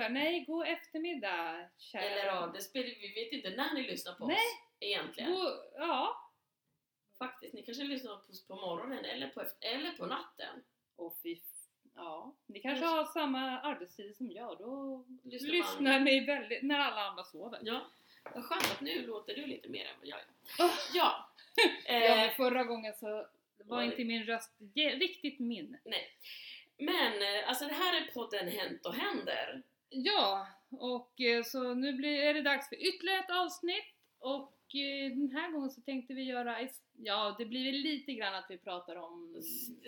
nej, god eftermiddag, kära. Eller ja, vi vet inte när ni lyssnar på oss egentligen. Ja. Faktiskt, ni kanske lyssnar på oss på morgonen eller på natten. Ja, ni kanske har samma arbetstid som jag. Då Lyssnar ni väldigt när alla andra sover. Ja, vad skönt att nu låter du lite mer än vad jag gör. Ja. Men förra gången så var inte min röst riktigt min. Nej. Men alltså det här är podden Hänt och händer. Ja, och så nu är det dags för ytterligare ett avsnitt. Och den här gången så tänkte vi göra, det blir väl lite grann att vi pratar om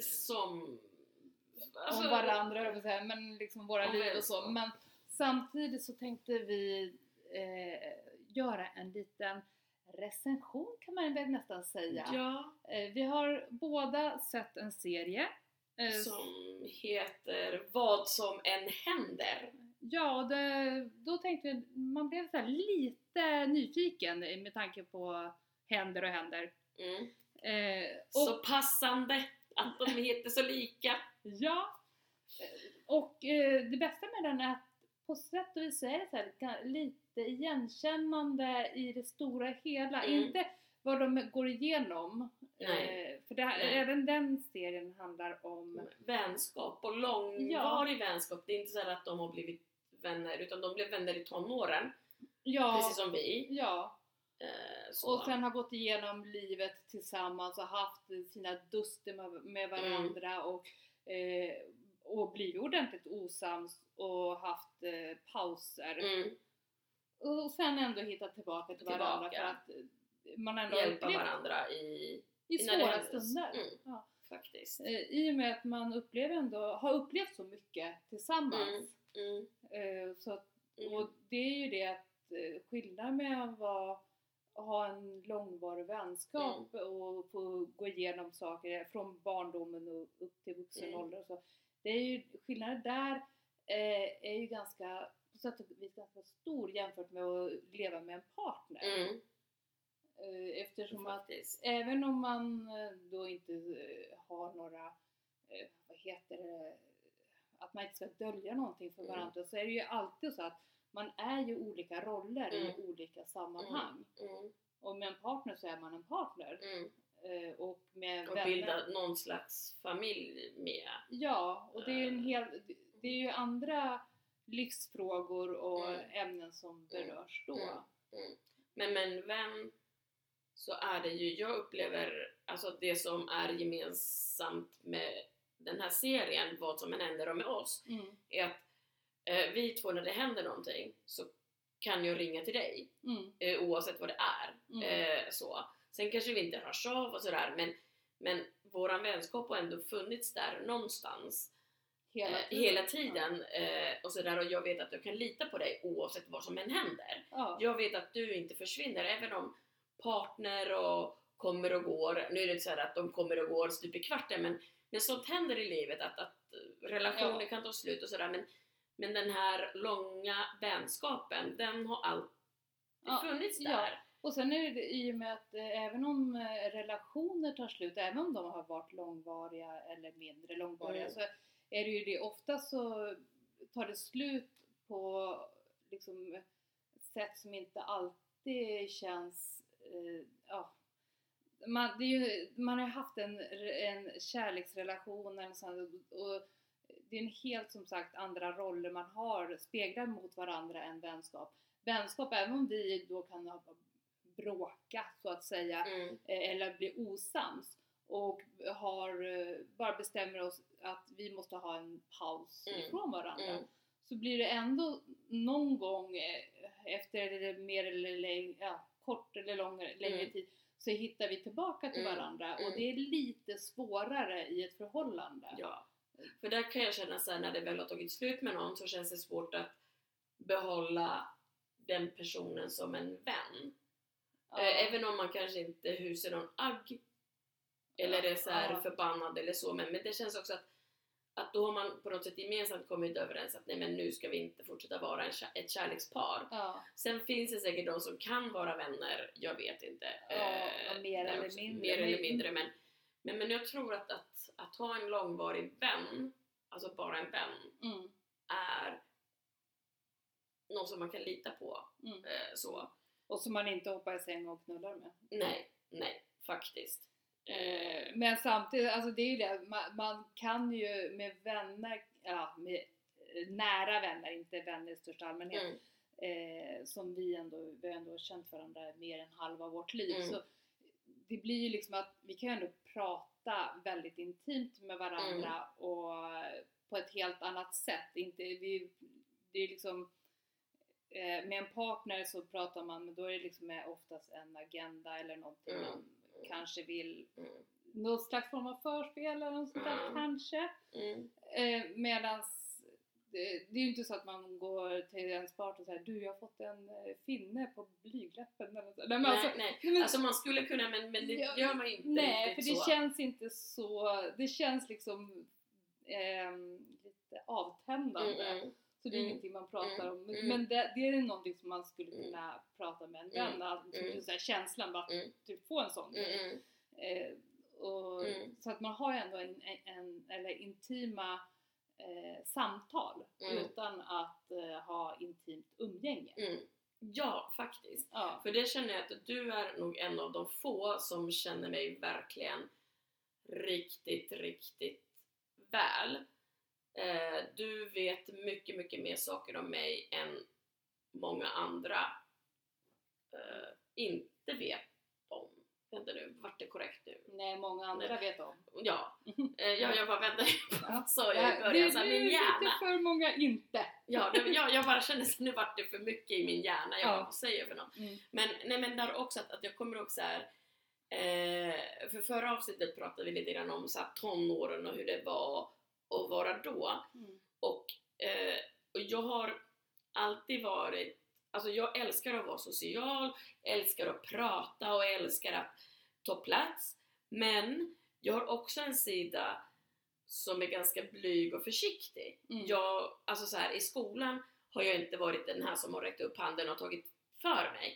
om varandra, men liksom våra liv och så. Men samtidigt så tänkte vi göra en liten recension, kan man väl nästan säga. Ja. Vi har båda sett en serie som heter Vad som än händer. Ja, då tänkte vi, man blev så här lite nyfiken med tanke på händer och händer. Så passande att de heter så lika. Ja, och det bästa med den är att på sätt och vis är det så här, lite igenkännande i det stora hela. Inte vad de går igenom. För även den serien handlar om vänskap och långvarig vänskap. Det är inte så att de har blivit vänner, utan de blev vänner i tonåren. Ja. Precis som vi. Ja. Och sen har gått igenom livet tillsammans och haft sina duster med varandra och blivit ordentligt osams och haft pauser. Och sen ändå hittat tillbaka till varandra för att man ändå hjälpa varandra i svåra stunder. Ja, faktiskt. I och med att man har upplevt så mycket tillsammans. Och det är ju det att skillnaden med att ha en långvarig vänskap och få gå igenom saker från barndomen och upp till vuxen ålder. Så det är ju skillnaden där är ju ganska stor jämfört med att leva med en partner. Eftersom att även om man då inte har några att man inte ska dölja någonting för varandra, så är det ju alltid så att man är ju olika roller i olika sammanhang. Och med en partner så är man en partner. Och med vänner. Bilda någon slags familj med. Ja, och det är ju andra livsfrågor och ämnen som berörs då. Men med en vän så är det ju, jag upplever alltså det som är gemensamt med den här serien, Vad som än händer och med oss, är att vi två, när det händer någonting så kan jag ringa till dig oavsett vad det är. Så. Sen kanske vi inte hörs av och sådär, men våran vänskap har ändå funnits där någonstans hela tiden och sådär, och jag vet att jag kan lita på dig oavsett vad som än händer. Jag vet att du inte försvinner, även om partner och kommer och går. Nu är det inte så här att de kommer och går stup i kvarten, men sånt händer i livet, att relationer kan ta slut och sådär, men den här långa vänskapen, den har alltid funnits där. Ja. Och sen är det i och med att även om relationer tar slut, även om de har varit långvariga eller mindre långvariga, så är det ju det, ofta så tar det slut på liksom sätt som inte alltid känns man har haft en kärleksrelation eller sånt, och det är en helt, som sagt, andra roller man har speglar mot varandra än vänskap. Vänskap, även om vi då kan ha bråka så att säga, eller bli osams och bara bestämmer oss att vi måste ha en paus ifrån varandra, så blir det ändå någon gång efter mer eller kort eller längre tid, så hittar vi tillbaka till varandra, och det är lite svårare i ett förhållande. Ja, för där kan jag känna så här, när det väl har tagit slut med någon, så känns det svårt att behålla den personen som en vän. Även om man kanske inte hyser någon agg eller är så här förbannad eller så, men det känns också att då har man på något sätt gemensamt kommit överens att nej, men nu ska vi inte fortsätta vara ett kärlekspar. Sen finns det säkert de som kan vara vänner, jag vet inte. Mer eller mindre. Men jag tror att ha en långvarig vän, alltså bara en vän, är någon som man kan lita på. Så. Och som man inte hoppar i säng och knullar med. Nej, faktiskt. Men samtidigt, alltså det är ju det, man kan ju med vänner, med nära vänner, inte vänner i största allmänhet, som vi har ändå känt varandra mer än halva vårt liv, så det blir ju liksom att vi kan ju ändå prata väldigt intimt med varandra och på ett helt annat sätt. Det är liksom med en partner så pratar man, men då är det liksom oftast en agenda eller någonting man kanske vill, något slags form av förspel eller något sånt där kanske. Medans det är ju inte så att man går till ens partner och säger, du, jag har fått en finne på blygläppen eller så. Nej. Alltså man skulle kunna, men det gör man inte. Nej, för det känns inte så, det känns liksom lite avtändande. Så det är ingenting man pratar om. Men det är någonting som man skulle kunna prata med en vän. Så känslan bara att typ få en sån grej. Så att man har ändå eller intima samtal utan att ha intimt umgänge. Ja, faktiskt. Ja. För det känner jag att du är nog en av de få som känner mig verkligen riktigt, riktigt väl. Du vet mycket, mycket mer saker om mig än många andra inte vet om. Vänta nu, vart det korrekt nu? Nej, många andra vet om. Ja, jag bara väntar på så jag börjar så här, min hjärna. Det är för många inte. Ja, jag bara känner så nu vart det för mycket i min hjärna. Jag bara säger för något. Men där också att jag kommer också här. För förra avsnittet pratade vi lite grann om så här, tonåren och hur det var att vara då. Och jag har alltid varit, alltså jag älskar att vara social, älskar att prata och älskar att ta plats. Men jag har också en sida som är ganska blyg och försiktig. Alltså så här, i skolan har jag inte varit den här som har räckt upp handen och tagit för mig.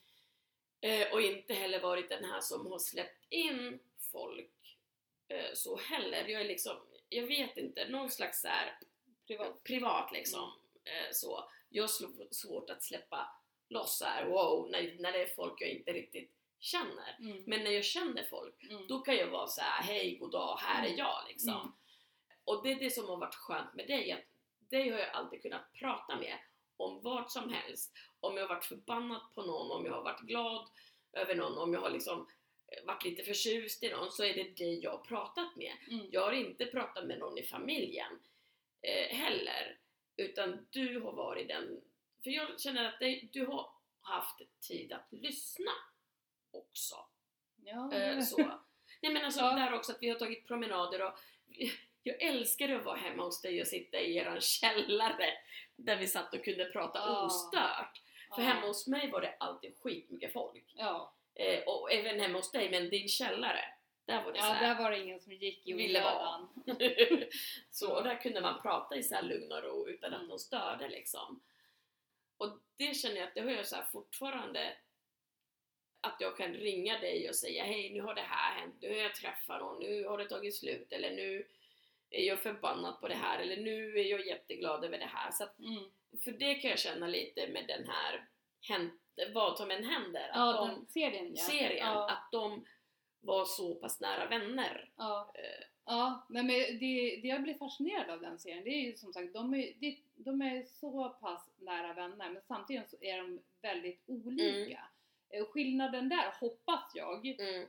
Och inte heller varit den här som har släppt in folk så heller. Jag är liksom, jag vet inte, någon slags så här privat liksom. Så jag har svårt att släppa loss här, när det är folk jag inte riktigt känner. Men när jag känner folk, då kan jag vara så här: hej, god dag, här är jag liksom. Och det är det som har varit skönt med dig, att dig har jag alltid kunnat prata med om vad som helst. Om jag har varit förbannad på någon, om jag har varit glad över någon, om jag har liksom varit lite förtjust i någon, så är det jag har pratat med. Jag har inte pratat med någon i familjen heller, utan du har varit den, för jag känner att du har haft tid att lyssna också. Så. Nej, men alltså där också att vi har tagit promenader och jag älskar att vara hemma hos dig och sitta i eran källare där vi satt och kunde prata ostört. För hemma hos mig var det alltid skitmycket folk. Och även hemma hos dig, men din källare, där var det så här, där var det ingen som gick i onödan. Så och där kunde man prata i så här lugn och ro utan att någon störde liksom. Och det känner jag att det har jag så här fortfarande, att jag kan ringa dig och säga: hej, nu har det här hänt, nu har jag träffat någon, nu har det tagit slut, eller nu är jag förbannad på det här, eller nu är jag jätteglad över det här. Så att, för det kan jag känna lite med den här vad som än händer, att den serien, att de var så pass nära vänner. Men det jag blir fascinerad av den serien, det är ju som sagt, de är så pass nära vänner, men samtidigt så är de väldigt olika. Skillnaden där, hoppas jag,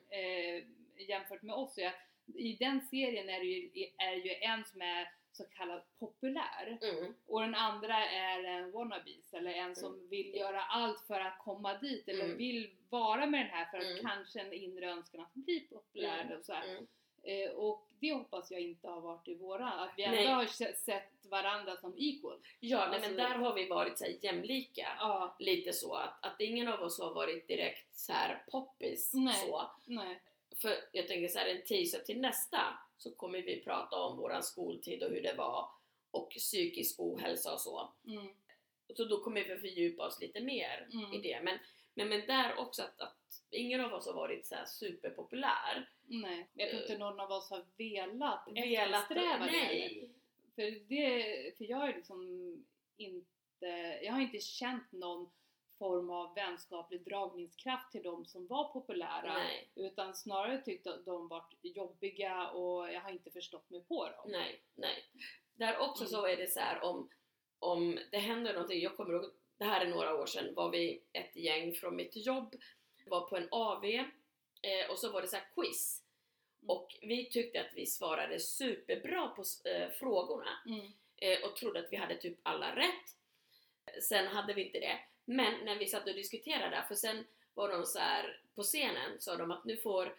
jämfört med oss, är att i den serien är ju en som är så kallad populär, och den andra är en wannabes, eller en som vill göra allt för att komma dit, eller vill vara med den här för att kanske en inre önskan att bli populär och så här. Och det hoppas jag inte har varit i våra, att vi ändå har sett varandra som equal. Men där har vi varit så här jämlika, lite så att ingen av oss har varit direkt så här poppis. Nej. För jag tänker så här, en teaser till nästa, så kommer vi prata om våran skoltid och hur det var, och psykisk ohälsa och så. Så då kommer vi fördjupa oss lite mer i det. Men där också att ingen av oss har varit så här superpopulär. Nej, jag tror inte någon av oss har velat eftersträva det. Nej. För jag är liksom inte känt någon form av vänskaplig dragningskraft till de som var populära. Nej. Utan snarare tyckte att de var jobbiga och jag har inte förstått mig på dem. Nej. Där också så är det så här, om det händer någonting. Jag kommer ihåg, det här är några år sedan, var vi ett gäng från mitt jobb, var på en AV och så var det så här quiz. Och vi tyckte att vi svarade superbra på frågorna och trodde att vi hade typ alla rätt. Sen hade vi inte det. Men när vi satt och diskuterade, för sen var de så här på scenen, sa de att nu får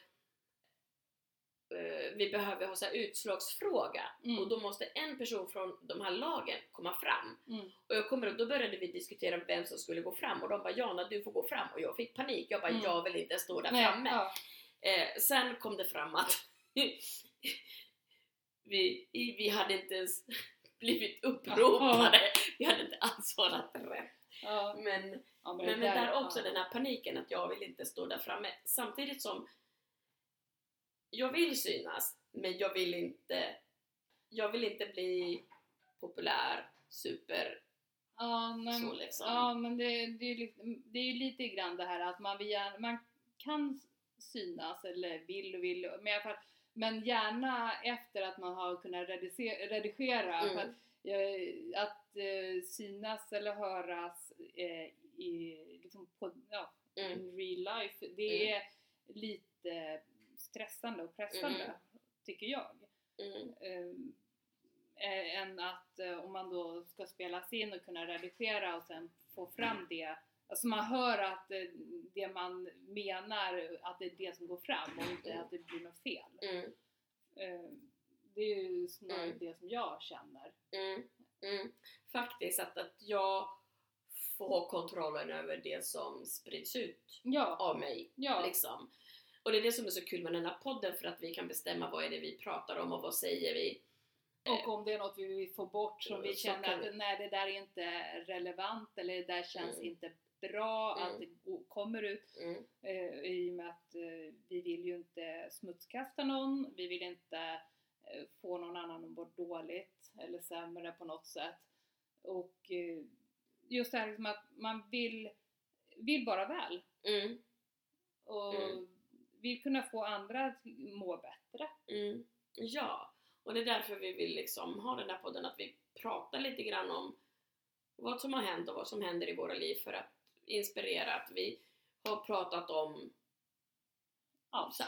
vi behöver ha så här utslagsfråga och då måste en person från de här lagen komma fram. Och jag kommer ihåg, då började vi diskutera vem som skulle gå fram och de bara, Jana du får gå fram, och jag fick panik, jag bara, jag vill inte stå där framme. Sen kom det fram att vi hade inte ens blivit uppropade, vi hade inte alls svarat rätt. Men där också den här paniken att jag vill inte stå där framme, samtidigt som jag vill synas, men jag vill inte bli populär, super. Så liksom. Ja, men det är lite grann det här att man kan synas eller vill men i alla fall, men gärna efter att man har kunnat redigera för att synas eller höras liksom på real life, det är lite stressande och pressande tycker jag. Än att om man då ska spelas in och kunna redigera och sen få fram det, alltså man hör att det man menar, att det är det som går fram och inte att det blir något fel. Det är ju snarare det som jag känner. Faktiskt att jag får kontrollen över det som sprids ut av mig liksom. Och det är det som är så kul med den här podden, för att vi kan bestämma vad är det vi pratar om och vad säger vi. Och om det är något vi vill få bort som vi känner att nej, det där är inte relevant eller det där känns inte bra att det kommer ut. I och med att vi vill ju inte smutskasta någon, vi vill inte få någon annan att må dåligt eller sämre på något sätt. Och just det här liksom att man vill bara väl. Och vill kunna få andra att må bättre. Ja, och det är därför vi vill liksom ha den här podden, att vi pratar lite grann om vad som har hänt och vad som händer i våra liv, för att inspirera, att vi har pratat om allt.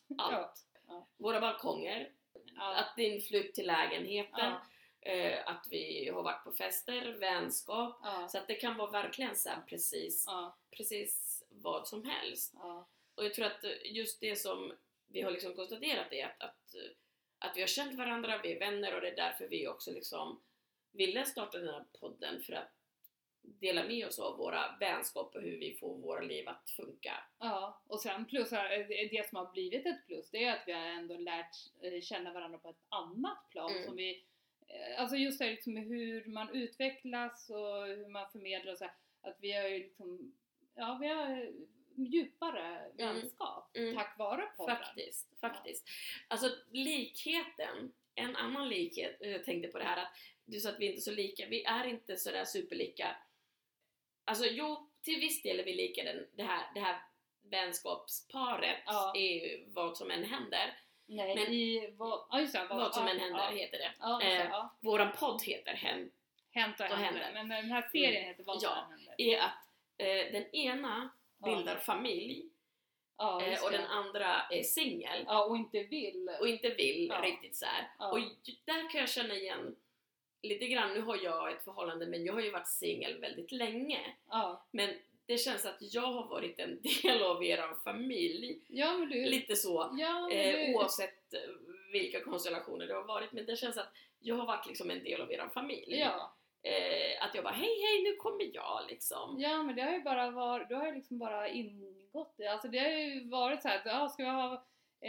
Våra balkonger, att din flytt till lägenheten, att vi har varit på fester, vänskap, så att det kan vara verkligen så här precis vad som helst. Och jag tror att just det som vi har liksom konstaterat är att vi har känt varandra, vi är vänner, och det är därför vi också liksom ville starta den här podden, för att dela med oss av våra vänskap och hur vi får våra liv att funka. Ja, och sen plus det som har blivit ett plus, det är att vi har ändå lärt känna varandra på ett annat plan som vi, alltså just det liksom hur man utvecklas och hur man förmedlar och så här, att vi har ju liksom, vi har djupare vänskap tack vare podden. Faktiskt. Alltså likheten, en annan likhet, jag tänkte på det här att du sa att vi inte är så lika, vi är inte så där superlika. Alltså till viss del är vi lika, det här vänskapsparet är ju vad som än händer. Nej, men vad som än händer heter det. Våran podd heter Hänt och händer. Men den här serien heter Vad som än händer. Är att den ena bildar familj och den andra är singel och inte vill riktigt så här. Och där kan jag känna igen lite grann. Nu har jag ett förhållande, men jag har ju varit singel väldigt länge. Men det känns att jag har varit en del av er familj. Lite så. Oavsett vilka konstellationer det har varit. Men det känns att jag har varit liksom en del av er familj. Att jag bara, hej, nu kommer jag liksom. Ja, men det har ju bara varit, du har ju liksom bara ingått det. Alltså det har ju varit så här, ska vi ha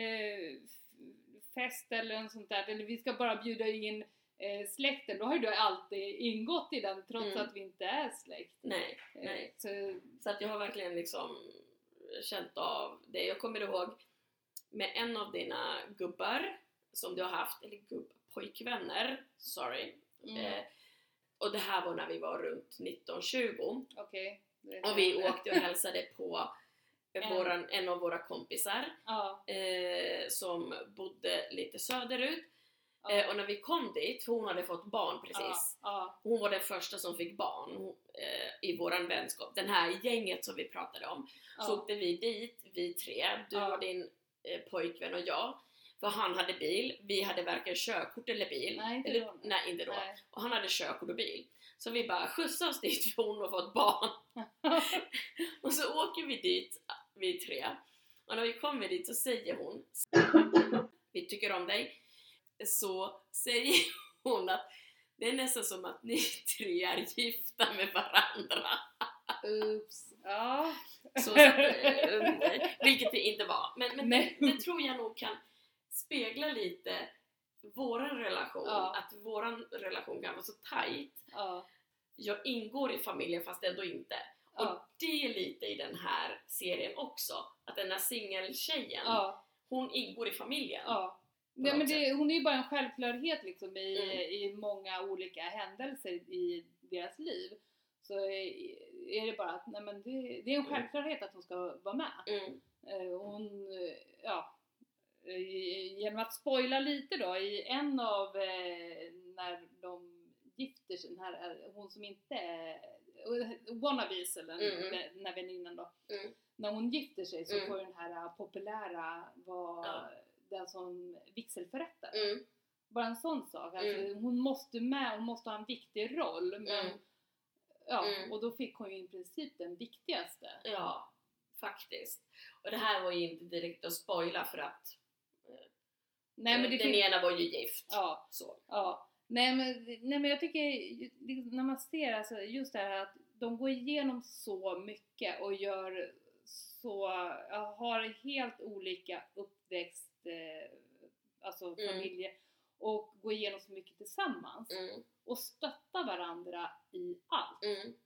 fest eller en sånt där, eller vi ska bara bjuda in släkten, då har ju du alltid ingått i den trots att vi inte är släkt. Nej. Så att jag har verkligen liksom känt av det. Jag kommer ihåg med en av dina gubbar som du har haft, eller pojkvänner, och det här var när vi var runt 19-20. Okej. Och vi åkte och hälsade på en av våra kompisar som bodde lite söderut. Och när vi kom dit, för hon hade fått barn precis. Hon var den första som fick barn i våran vänskap. Den här gänget som vi pratade om. Så åkte vi dit, vi 3. Du och din pojkvän och jag. För han hade bil, vi hade varken körkort eller bil. Nej, inte då. Och han hade körkort och bil. Så vi bara skjutsade oss dit för hon har fått barn. Och så åker vi dit, vi 3. Och när vi kommer dit så säger hon: vi tycker om dig. Så säger hon att det är nästan som att ni 3 är gifta med varandra. Oops. Ja. Så, vilket det inte var. Men det tror jag nog kan spegla lite våran relation. Att våran relation kan vara så tajt. Jag ingår i familjen fast ändå inte. Och det är lite i den här serien också. Att den här singeltjejen, hon ingår i familgen. Ja, men hon är ju bara en självklarhet liksom i många olika händelser i deras liv. Så är det bara att nej, men det är en självklarhet att hon ska vara med. Hon, genom att spoila lite då, i en av när de gifter sig, hon som inte wannabes eller den här väninnan då. När hon gifter sig så får den här populära vara den som vigselförrättar. Bara en sån sak. Alltså, hon måste ha en viktig roll. Men, och då fick hon ju i princip den viktigaste. Ja, faktiskt. Och det här var ju inte direkt att spoila för att nej, men den ena var ju gift. Så. Nej men jag tycker när man ser alltså, just det här att de går igenom så mycket och gör så, har helt olika uppväxt alltså familjer och går igenom så mycket tillsammans och stöttar varandra i allt.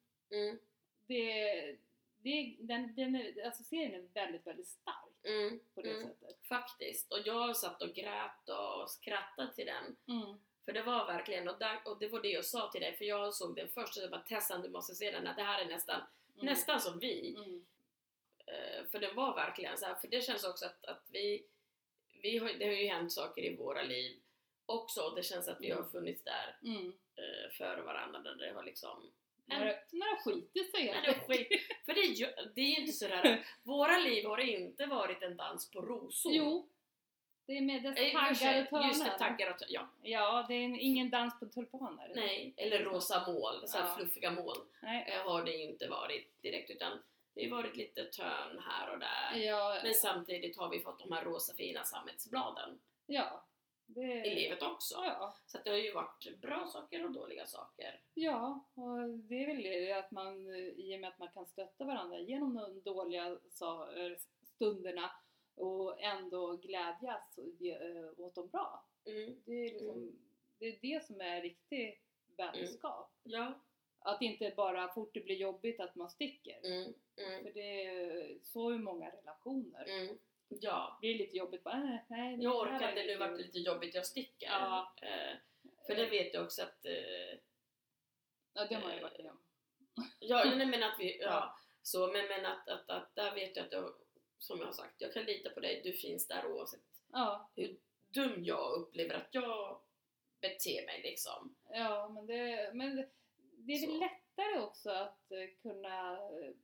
Alltså serien är väldigt, väldigt stark på det sättet. Faktiskt. Och jag satt och grät och skrattade till den. För det var verkligen, och det var det jag sa till dig, för jag såg den först och jag bara, Tessan, du måste se den, att det här är nästan som vi. För det var verkligen så här, för det känns också att det har ju hänt saker i våra liv också, det känns att vi har funnits där för varandra, där det har liksom några skiter sig. För det är inte så där. Våra liv har inte varit en dans på rosor. Jo, det är med dess taggar och törnar. Just det, taggar och törnar, ja, det är ingen dans på tulpaner. Nej, eller rosa moln, så här fluffiga moln. Har det inte varit direkt, utan det har varit lite törn här och där. Men samtidigt har vi fått de här rosa fina sammetsbladen. I livet också. Så att det har ju varit bra saker och dåliga saker. Ja, och det är väl det att man, i och med att man kan stötta varandra genom de dåliga stunderna och ändå glädjas åt de bra. Det är liksom, det är det som är riktig vänskap. Att inte bara fort det blir jobbigt att man sticker. För det är så i många relationer. Ja. Det är lite jobbigt bara, nej, jag orkar inte, nu vart det lite jobbigt, jag sticker. För det vet jag också att det har man ju varit med om. Men att vi, så, men att där vet jag att som jag har sagt, jag kan lita på dig, du finns där oavsett hur dum jag upplever att jag beter mig liksom. Ja, men det är väl lättare också att kunna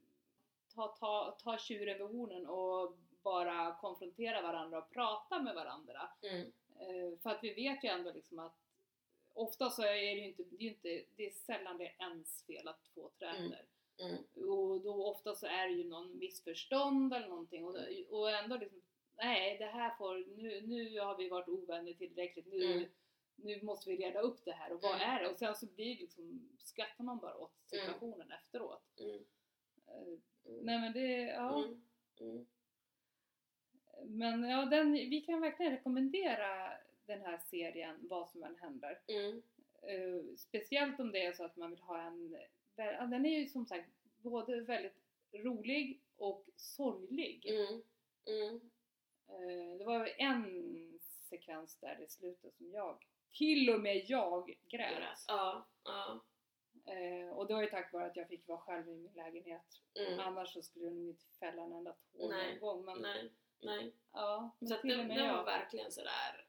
ta tjuren vid hornen och bara konfrontera varandra och prata med varandra. För att vi vet ju ändå liksom att ofta så är det är sällan det är ens fel att två träter. Och då ofta så är det ju någon missförstånd eller någonting och ändå liksom, nej, det här nu har vi varit ovänner tillräckligt, nu måste vi reda upp det här och vad är det? Och sen så blir det liksom, skrattar man bara åt situationen efteråt. Nej men det, men vi kan verkligen rekommendera den här serien, vad som än händer. Speciellt om det är så att man vill ha den är ju som sagt både väldigt rolig och sorglig. Det var en sekvens där i slutet som till och med jag grät. Och det var ju tack vare att jag fick vara själv i min lägenhet. Annars så skulle jag nog inte fälla en enda tår någon gång. Men, nej. Ja, så att det var verkligen sådär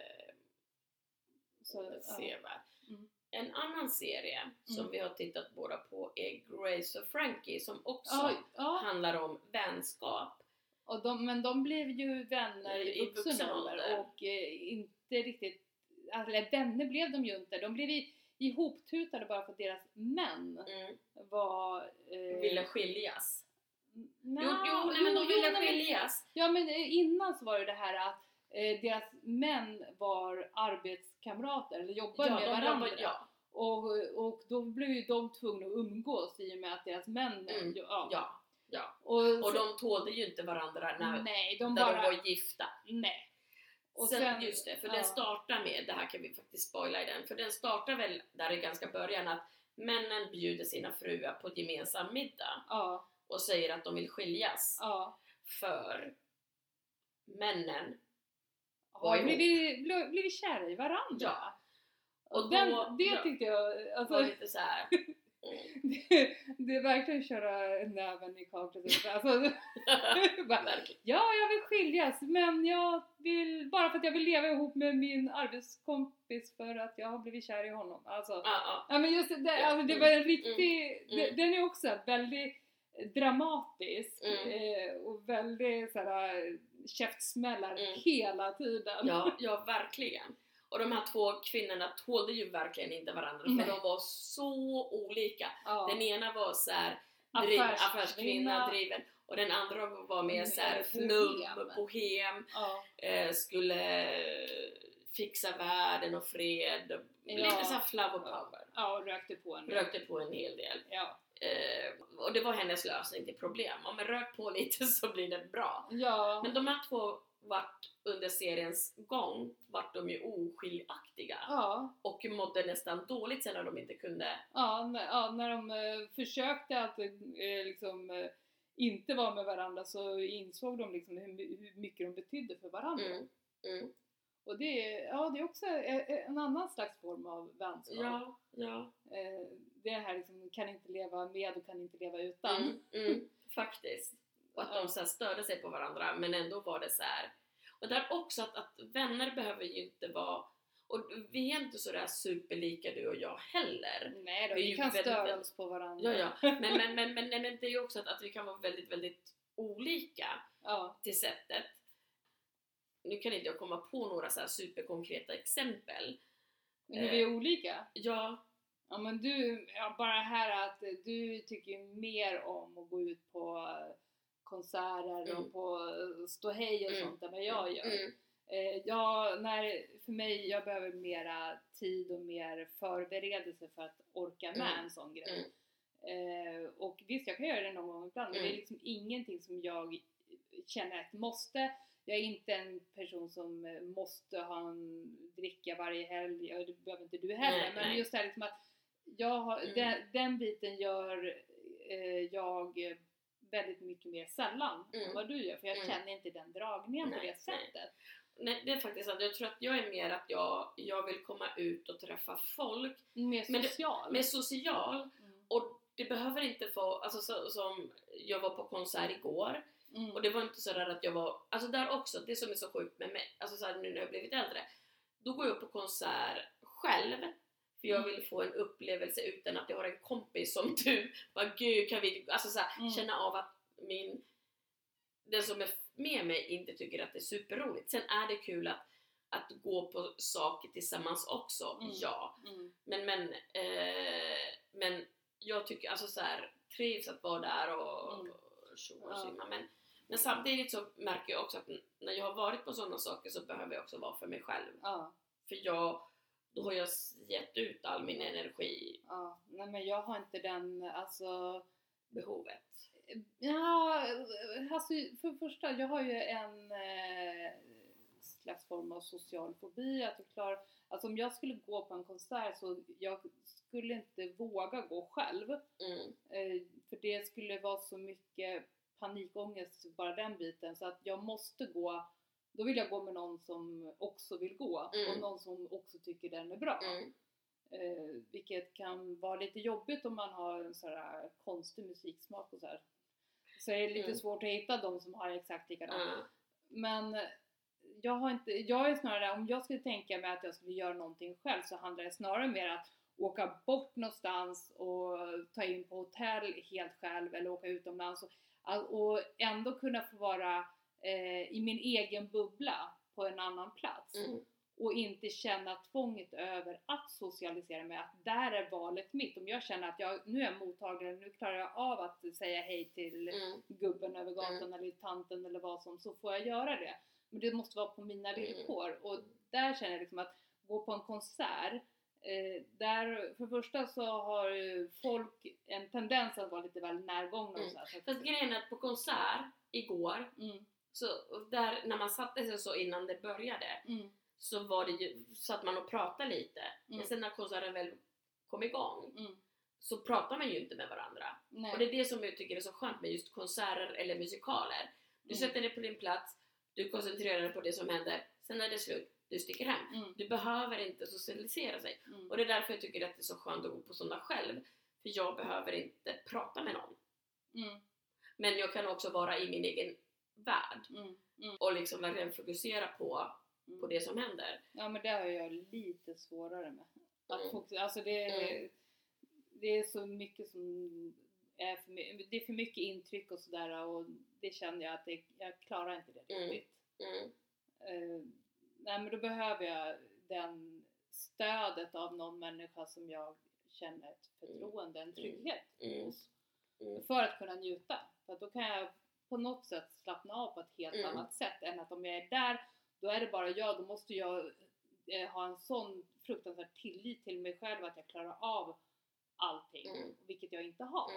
sevärd. En annan serie som vi har tittat båda på är Grace och Frankie, som också handlar om vänskap. Och men de blev ju vänner i vuxen ålder och inte riktigt, eller vänner blev de ju inte. De blev ihoptutade bara för att deras män var... ville skiljas. Men de ville skiljas. Ja, men innan så var det här att deras män var arbetskamrater eller jobbade med varandra. Och då blev ju de tvungna att umgås i och med att deras män... Ja. Och de tålde ju inte varandra när de var gifta. Nej. Och sen just det, för den startar med, det här kan vi faktiskt spoila i den, för den startar väl där i ganska början att männen bjuder sina fruar på ett gemensam middag och säger att de vill skiljas för männen har blivit kära i varandra. Och det tyckte jag var lite så här. Det är verkligen köra näven i kaklet. Alltså, jag vill skiljas, men jag vill bara för att jag vill leva ihop med min arbetskompis för att jag har blivit kär i honom. Alltså, men just det, alltså, det var en riktig, den är också väldigt dramatisk och väldigt såhär käftsmällar hela tiden. Ja, verkligen. Och de här två kvinnorna tålde ju verkligen inte varandra, för de var så olika. Den ena var så här affärskvinna driven, och den andra var mer så här bohem, skulle fixa världen och fred, lite så här flower power. Ja, rökte på en hel del. Och det var hennes lösning till problem. Om man rök på lite så blir det bra. Men de här två under seriens gång vart de ju oskiljaktiga och mådde nästan dåligt sen när de inte kunde när de försökte att liksom inte vara med varandra, så insåg de liksom hur mycket de betydde för varandra. Och det är också en annan slags form av vänskap. Det här liksom, kan inte leva med och kan inte leva utan. Faktiskt. Och att de så här störde sig på varandra, men ändå var det så här. Och där också att vänner behöver ju inte vara, och vi är inte så där superlika du och jag heller. Nej då, vi kan störa oss på varandra. Men det är ju också att vi kan vara väldigt, väldigt olika till sättet. Nu kan inte jag komma på några så här superkonkreta exempel. Hur vi är olika? Ja, men du, bara här att du tycker mer om att gå ut på konserter och på ståhej och sånt än vad jag gör. För mig, jag behöver mera tid och mer förberedelse för att orka med en sån grej. Och visst, jag kan göra det någon gång ibland, men det är liksom ingenting som jag känner ett måste. Jag är inte en person som måste ha en dricka varje helg, och det behöver inte du heller. Men just det här liksom att jag har, den biten gör jag väldigt mycket mer sällan än vad du gör, för jag känner inte den dragningen på det sättet. Nej, det är faktiskt sant. Jag tror att jag är mer att jag vill komma ut och träffa folk. Mer social. Och det behöver inte vara, alltså som jag var på konsert igår. Och det var inte så där att jag var, alltså där också, det som är så sjukt med mig, alltså så här, nu när jag har blivit äldre, då går jag på konsert själv. För jag vill få en upplevelse utan att jag har en kompis som du. Bara, gud, kan vi alltså så här, känna av att den som är med mig inte tycker att det är superroligt. Sen är det kul att gå på saker tillsammans också. Men jag tycker alltså så här, trivs att vara där och simma. Men samtidigt så märker jag också att när jag har varit på sådana saker så behöver jag också vara för mig själv. För då har jag gett ut all min energi. Nej, men jag har inte den, alltså, behovet. Alltså för det första, jag har ju en slags form av social fobi. Att jag klarar, alltså om jag skulle gå på en konsert så jag skulle inte våga gå själv. För det skulle vara så mycket panikångest, bara den biten. Så att jag måste gå. Då vill jag gå med någon som också vill gå och någon som också tycker den är bra. Vilket kan vara lite jobbigt om man har en sån här konstig musiksmak och så här. Så är det lite svårt att hitta de som har exakt likadant. Men jag är snarare, om jag skulle tänka mig att jag skulle göra någonting själv, så handlar det snarare mer att åka bort någonstans och ta in på hotell helt själv, eller åka utomlands och ändå kunna få vara i min egen bubbla på en annan plats. Och inte känna tvånget över att socialisera mig, att där är valet mitt. Om jag känner att nu är jag mottagare, nu klarar jag av att säga hej till gubben över gatan eller tanten eller vad som, så får jag göra det. Men det måste vara på mina villkor. Och där känner jag liksom att gå på en konsert, där för det första så har folk en tendens att vara lite väl närgångna och så här. Fast grejen är att på konsert igår, så där när man satte sig så innan det började, så var det ju, satt man och pratade lite. Men sen när konserten väl kom igång, så pratar man ju inte med varandra. Och det är det som jag tycker är så skönt med just konserter eller musikaler. Du sätter dig på din plats, du koncentrerar dig på det som händer, sen när det är slut, du sticker hem. Du behöver inte socialisera sig. Och det är därför jag tycker att det är så skönt att gå på sådana själv. För jag behöver inte prata med någon. Men jag kan också vara i min egen värld. Och liksom verkligen fokusera på det som händer. Ja, men det har jag lite svårare med. Alltså det är så mycket som är för mycket, det är för mycket intryck och sådär, och det känner jag att jag klarar inte det riktigt. Nej, men då behöver jag den stödet av någon människa som jag känner ett förtroende, en trygghet hos, för att kunna njuta. För att då kan jag på något sätt slappna av på ett helt annat sätt än att om jag är där, då är det bara då måste jag ha en sån fruktansvärd tillit till mig själv att jag klarar av allting, vilket jag inte har.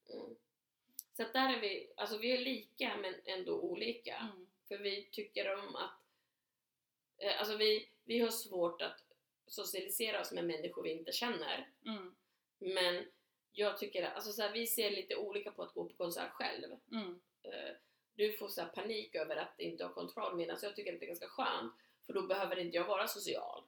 Så att där är vi, alltså vi är lika men ändå olika. För vi tycker om att alltså vi har svårt att socialisera oss med människor vi inte känner. Men jag tycker att alltså så här, vi ser lite olika på att gå på konsert själv. Du får så här panik över att inte ha kontroll, medan jag tycker att det är ganska skönt, för då behöver inte jag vara social.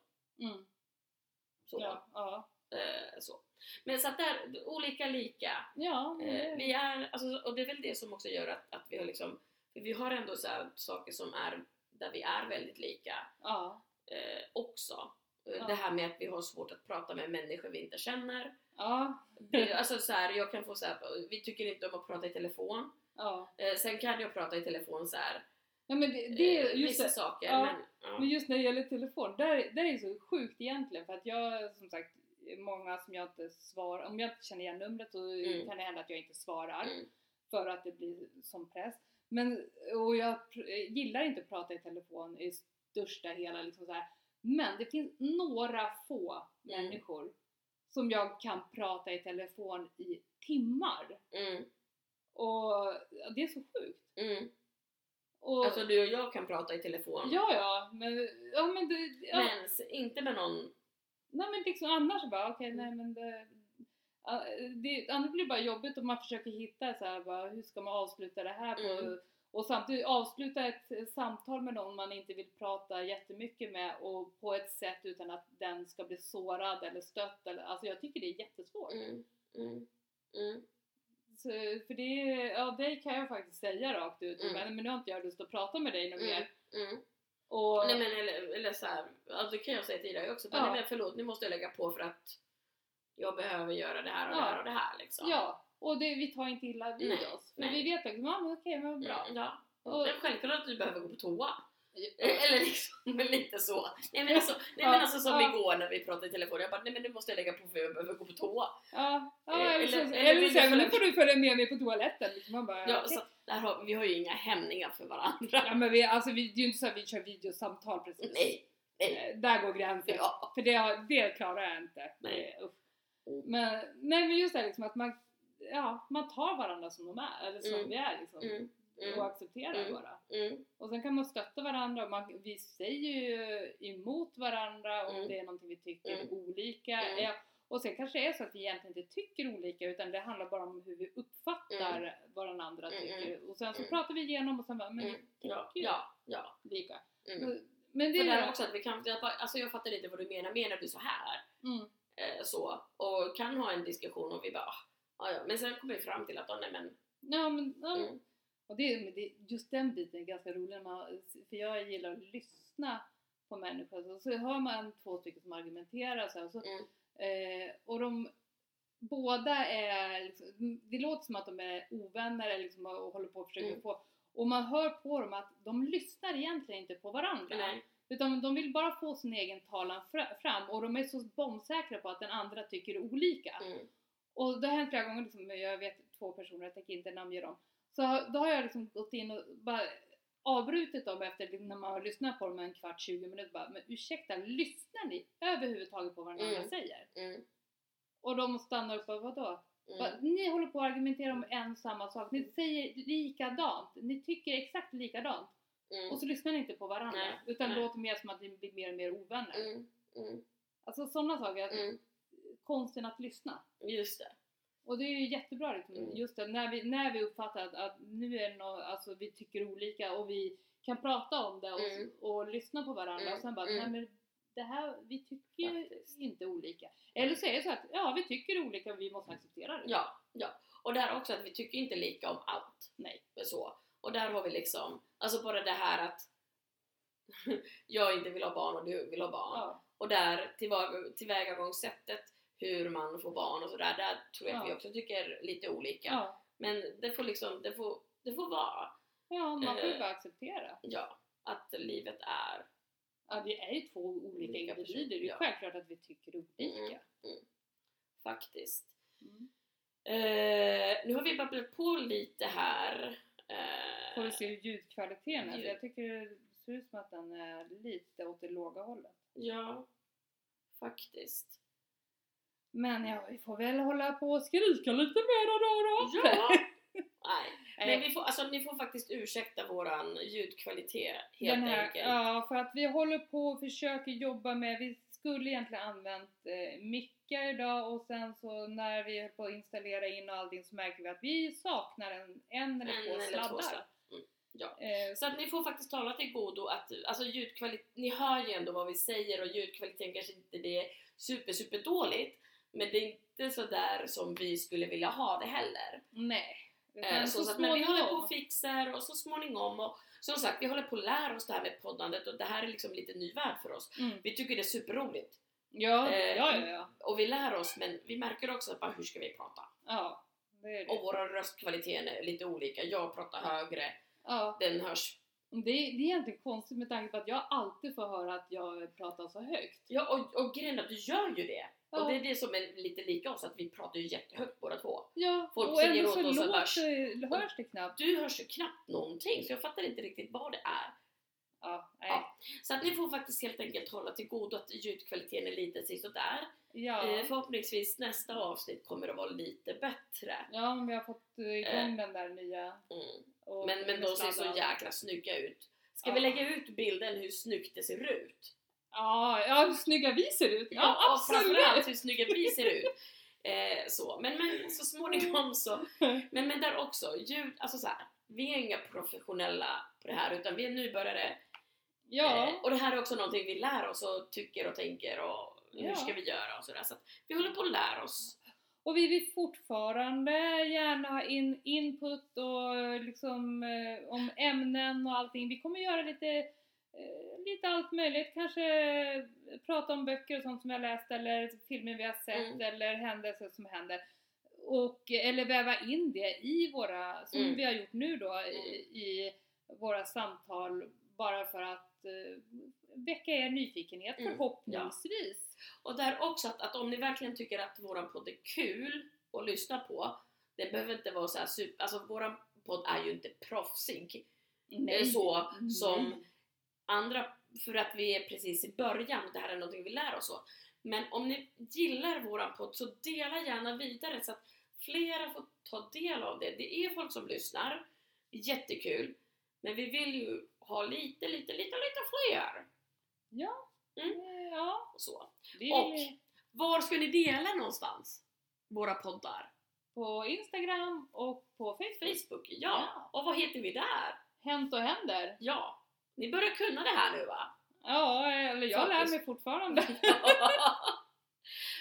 Så. Så. Men så att där, olika lika. Vi är, alltså, och det är väl det som också gör att vi har liksom, vi har ändå så här saker som är där vi är väldigt lika också. Det här med att vi har svårt att prata med människor vi inte känner. Alltså så här, jag kan få så här, vi tycker inte om att prata i telefon. Sen kan jag prata i telefon så här. Ja, men det är just vissa saker. Men just när det gäller telefon, där är det så sjukt egentligen. För att jag, som sagt, många som jag inte svarar, om jag inte känner igen numret så kan det hända att jag inte svarar. För att det blir som press. Och jag gillar inte att prata i telefon i största hela liksom så här. Men det finns några få människor som jag kan prata i telefon i timmar. Och det är så sjukt. Och, alltså du och jag kan prata i telefon. Men inte med någon. Nej, men liksom annars bara nej, men annars blir det bara jobbigt om man försöker hitta så här, bara, hur ska man avsluta det här på, och samtidigt avsluta ett samtal med någon man inte vill prata jättemycket med, och på ett sätt utan att den ska bli sårad eller stött eller, alltså jag tycker det är jättesvårt. Så, för det kan jag faktiskt säga rakt ut. Men nu har inte jag lust att prata med dig något mer. Och, nej, men eller så här, alltså, det kan jag säga till dig också. Nej, men förlåt, nu måste jag lägga på för att jag behöver göra det här och det här och det här liksom. Och vi tar inte illa vid oss. För vi vet liksom, men okej, men bra. Och det är självklart att du behöver gå på toa. Eller liksom, lite så. Nej men alltså som igår när vi pratade i telefon. Jag bara, nej men nu måste jag lägga på för jag behöver gå på toa. Eller så nu får du följa med mig på toaletten. Liksom. Man bara, så vi har ju inga hämningar för varandra. Ja, men det är ju inte så att vi kör videosamtal precis. Nej. Där går gränsen. För det klarar jag inte. Men just det liksom att man tar varandra som de är. Eller som vi är liksom. Och accepterar bara. Och sen kan man stötta varandra, och vi säger ju emot varandra om det är någonting vi tycker olika. Och sen kanske det är så att vi egentligen inte tycker olika, utan det handlar bara om hur vi uppfattar vad den andra tycker. Och sen så pratar vi igenom och sen bara, men lika. Men det är också att vi kan, alltså jag fattar inte vad du menar du så här? så, och kan ha en diskussion och vi bara, ja. Men sen kommer vi fram till att, nej men... Och just den biten är ganska rolig, för jag gillar att lyssna på människor, så hör man 2 stycken som argumenterar så här, och så, och de båda är liksom, det låter som att de är ovänner liksom, och håller på att försöka få, och man hör på dem att de lyssnar egentligen inte på varandra. Nej. Utan de vill bara få sin egen talan fram, och de är så bombsäkra på att den andra tycker olika. Och det har hänt flera gånger liksom, jag vet 2 personer, jag tänker inte namnge dem. Så då har jag liksom gått in och bara avbrutit dem efter när man har lyssnat på dem en kvart, 20 minuter. Bara, men ursäkta, lyssnar ni överhuvudtaget på vad den andra säger? Och de stannar upp och vadå? Ni håller på att argumentera om en samma sak. Ni säger likadant. Ni tycker exakt likadant. Och så lyssnar ni inte på varandra. Utan låter mer som att ni blir mer och mer ovänner. Alltså sådana saker. Konsten att lyssna. Just det. Och det är ju jättebra liksom, just det, när vi uppfattar att nu är det alltså vi tycker olika och vi kan prata om det och lyssna på varandra och sen bara, nej men det här, vi tycker ju inte olika. Eller så är det så att, vi tycker olika och vi måste acceptera det. Ja. Och där också att vi tycker inte lika om allt. Nej. Så. Och där har vi liksom, alltså bara det här att jag inte vill ha barn och du vill ha barn. Ja. Och där tillvägagångssättet, hur man får barn och sådär, där tror jag att vi också tycker lite olika. Ja. Men det får liksom, det får vara. Ja, man får ju bara acceptera. Ja, att livet är. Ja, vi är ju 2 olika individer. Det är självklart att vi tycker olika. Faktiskt. Nu har vi babblat på lite här. Får vi se ljudkvaliteten? Jag tycker det ser ut som att den är lite åt det låga hållet. Ja, faktiskt. Men vi får väl hålla på och skrika lite mer då. Ja. Nej, men ni får faktiskt ursäkta våran ljudkvalitet helt enkelt. Ja, för att vi håller på och försöker jobba med, vi skulle egentligen använt mickar idag, och sen så när vi höll på att installera in och allting så märker vi att vi saknar en eller två sladdar. Ja. Så att ni får faktiskt tala till godo att alltså ni hör ju ändå vad vi säger, och ljudkvaliteten kanske inte det är super dåligt, men det är inte så där som vi skulle vilja ha det heller. Nej. Men vi håller på och fixar, och så småningom, och som sagt vi håller på att lära oss det här med poddandet, och det här är liksom lite ny värld för oss. Vi tycker det är superroligt. Ja. Och vi lär oss, men vi märker också att bara, hur ska vi prata? Ja, det är det. Och våra röstkvaliteter är lite olika. Jag pratar högre. Ja. Den hörs. Det är egentligen konstigt med tanke på att jag alltid får höra att jag pratar så högt. Ja, och grejen är att du gör ju det. Ja. Och det är det som är lite lika oss, att vi pratar ju jättehögt båda 2. Ja, folk och säger ändå åt så oss hörs det knappt. Du hörs ju knappt någonting, så jag fattar inte riktigt vad det är. Ja. Så att ni får faktiskt helt enkelt hålla till godo att ljudkvaliteten är lite sådär. Ja. Förhoppningsvis nästa avsnitt kommer att vara lite bättre. Ja, men vi har fått igång den där nya. Men de ser så jäkla snygga ut. Ska vi lägga ut bilden hur snyggt det ser ut? Ja, hur snygga vi ser ut. Ja, absolut. Framförallt hur snygga vi ser ut. Men så småningom så. Men där också, ljud, alltså så här, vi är inga professionella på det här, utan vi är nybörjare. Ja. Och det här är också någonting vi lär oss och tycker och tänker, och hur ska vi göra och sådär. Så att vi håller på att lära oss. Och vi vill fortfarande gärna ha input och liksom om ämnen och allting. Vi kommer göra lite allt möjligt. Kanske prata om böcker och sånt som vi har läst, eller filmer vi har sett, eller händelser som händer. Eller väva in det i våra, som vi har gjort nu då, i våra samtal, bara för att väcka er nyfikenhet förhoppningsvis. Och där också att om ni verkligen tycker att våran podd är kul att lyssna på, det behöver inte vara så här alltså våran podd är ju inte proffsig. Som andra, för att vi är precis i början, det här är någonting vi lär oss så. Men om ni gillar våran podd, så dela gärna vidare så att flera får ta del av det. Det är folk som lyssnar, jättekul, men vi vill ju ha lite fler. Ja. Ja. Så. Och var ska ni dela någonstans våra poddar? På Instagram och på Facebook. Ja. Och vad heter vi där? Hänt och händer. Ja. Ni börjar kunna det här nu, va? Ja, eller jag lär mig fortfarande.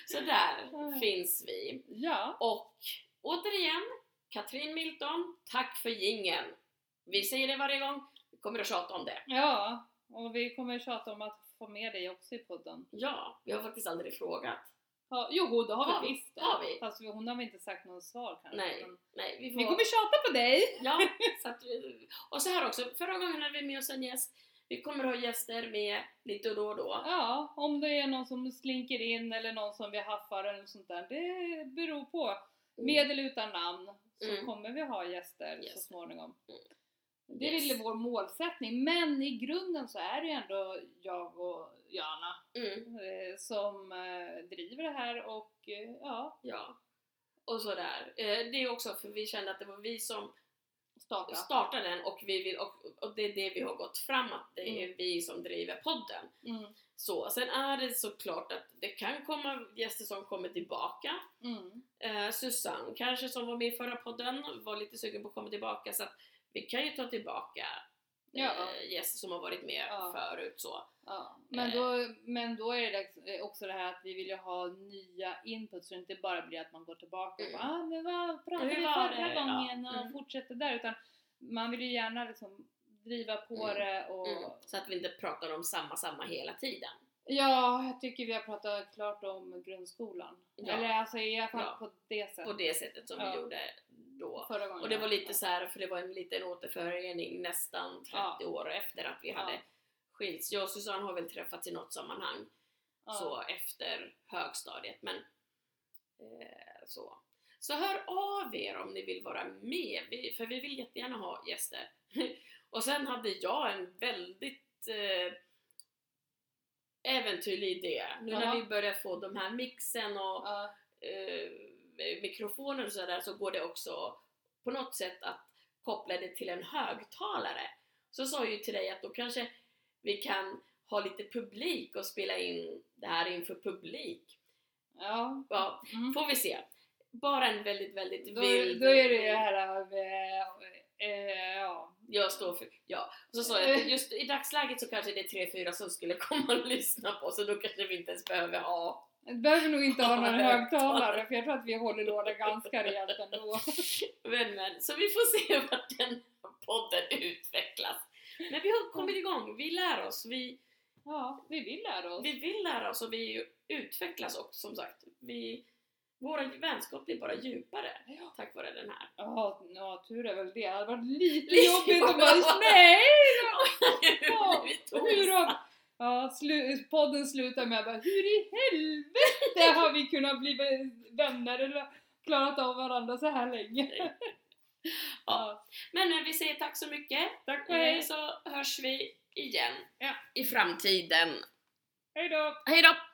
Så där finns vi. Ja. Och återigen, Katrin Milton, tack för jingeln. Vi säger det varje gång, vi kommer att tjata om det. Ja, och vi kommer att tjata om att få med dig också i podden. Ja, vi har faktiskt aldrig frågat. Ja, jo, det har vi visst. Har vi? Fast hon har väl inte sagt något svar kanske. Nej, men nej. Vi kommer tjata på dig! Ja, så att och så här också, förra gången hade vi med oss en gäst. Vi kommer att ha gäster med lite och då. Ja, om det är någon som slinker in eller någon som vi haffar eller något sånt där. Det beror på. Med eller utan namn så kommer vi ha gäster så småningom. Det är väl vår målsättning. Men i grunden så är det ändå jag och Jana som driver det här och Ja. Och sådär. Det är också för vi kände att det var vi som startade den och vi vill och det är det vi har gått fram att det är vi som driver podden. Så sen är det såklart att det kan komma gäster som kommer tillbaka. Susanne kanske som var med i förra podden var lite sugen på att komma tillbaka, så att vi kan ju ta tillbaka gäster som har varit med förut så. Ja. Men då är det också det här att vi vill ju ha nya input så det inte bara blir att man går tillbaka och bara, men vad pratade vi förra gången och fortsätter där, utan man vill ju gärna liksom driva på det och så att vi inte pratar om samma hela tiden. Ja, jag tycker vi har pratat klart om grundskolan. Eller alltså i alla fall på det sättet. På det sättet som vi gjorde då. Förra gången, och det var lite så här, för det var en liten återförening nästan 30 år efter att vi hade skilts. Jag och Susanne har väl träffats i något sammanhang så efter högstadiet, men så hör av er om ni vill vara med, för vi vill jättegärna ha gäster. Och sen hade jag en väldigt äventyrlig idé nu när vi börjar få de här mixen och mikrofoner och sådär, så går det också på något sätt att koppla det till en högtalare. Så sa jag ju till dig att då kanske vi kan ha lite publik och spela in det här inför publik. Ja, får vi se. Bara en väldigt, väldigt vild... Då är det här Jag står för... Ja, så sa jag att just i dagsläget så kanske det är 3-4 som skulle komma och lyssna på, så då kanske vi inte ens behöver ha... Vi behöver nog inte ha någon högtalare, för jag tror att vi håller låda ganska rejält ändå. Men, så vi får se vart den här podden utvecklas. Men vi har kommit igång, vi lär oss, vi vill lära oss. Vi vill lära oss och vi utvecklas också, som sagt. Våra vänskap blir bara djupare tack vare den här. Ja, tur är väl det. Det hade varit lite jobbigt att bara, nej! Podden slutar med bara, hur i helvete har vi kunnat bli vänner eller klarat av varandra så här länge? Men vi säger tack så mycket. Tack för dig. Så hörs vi igen i framtiden. Hej då! Hej då!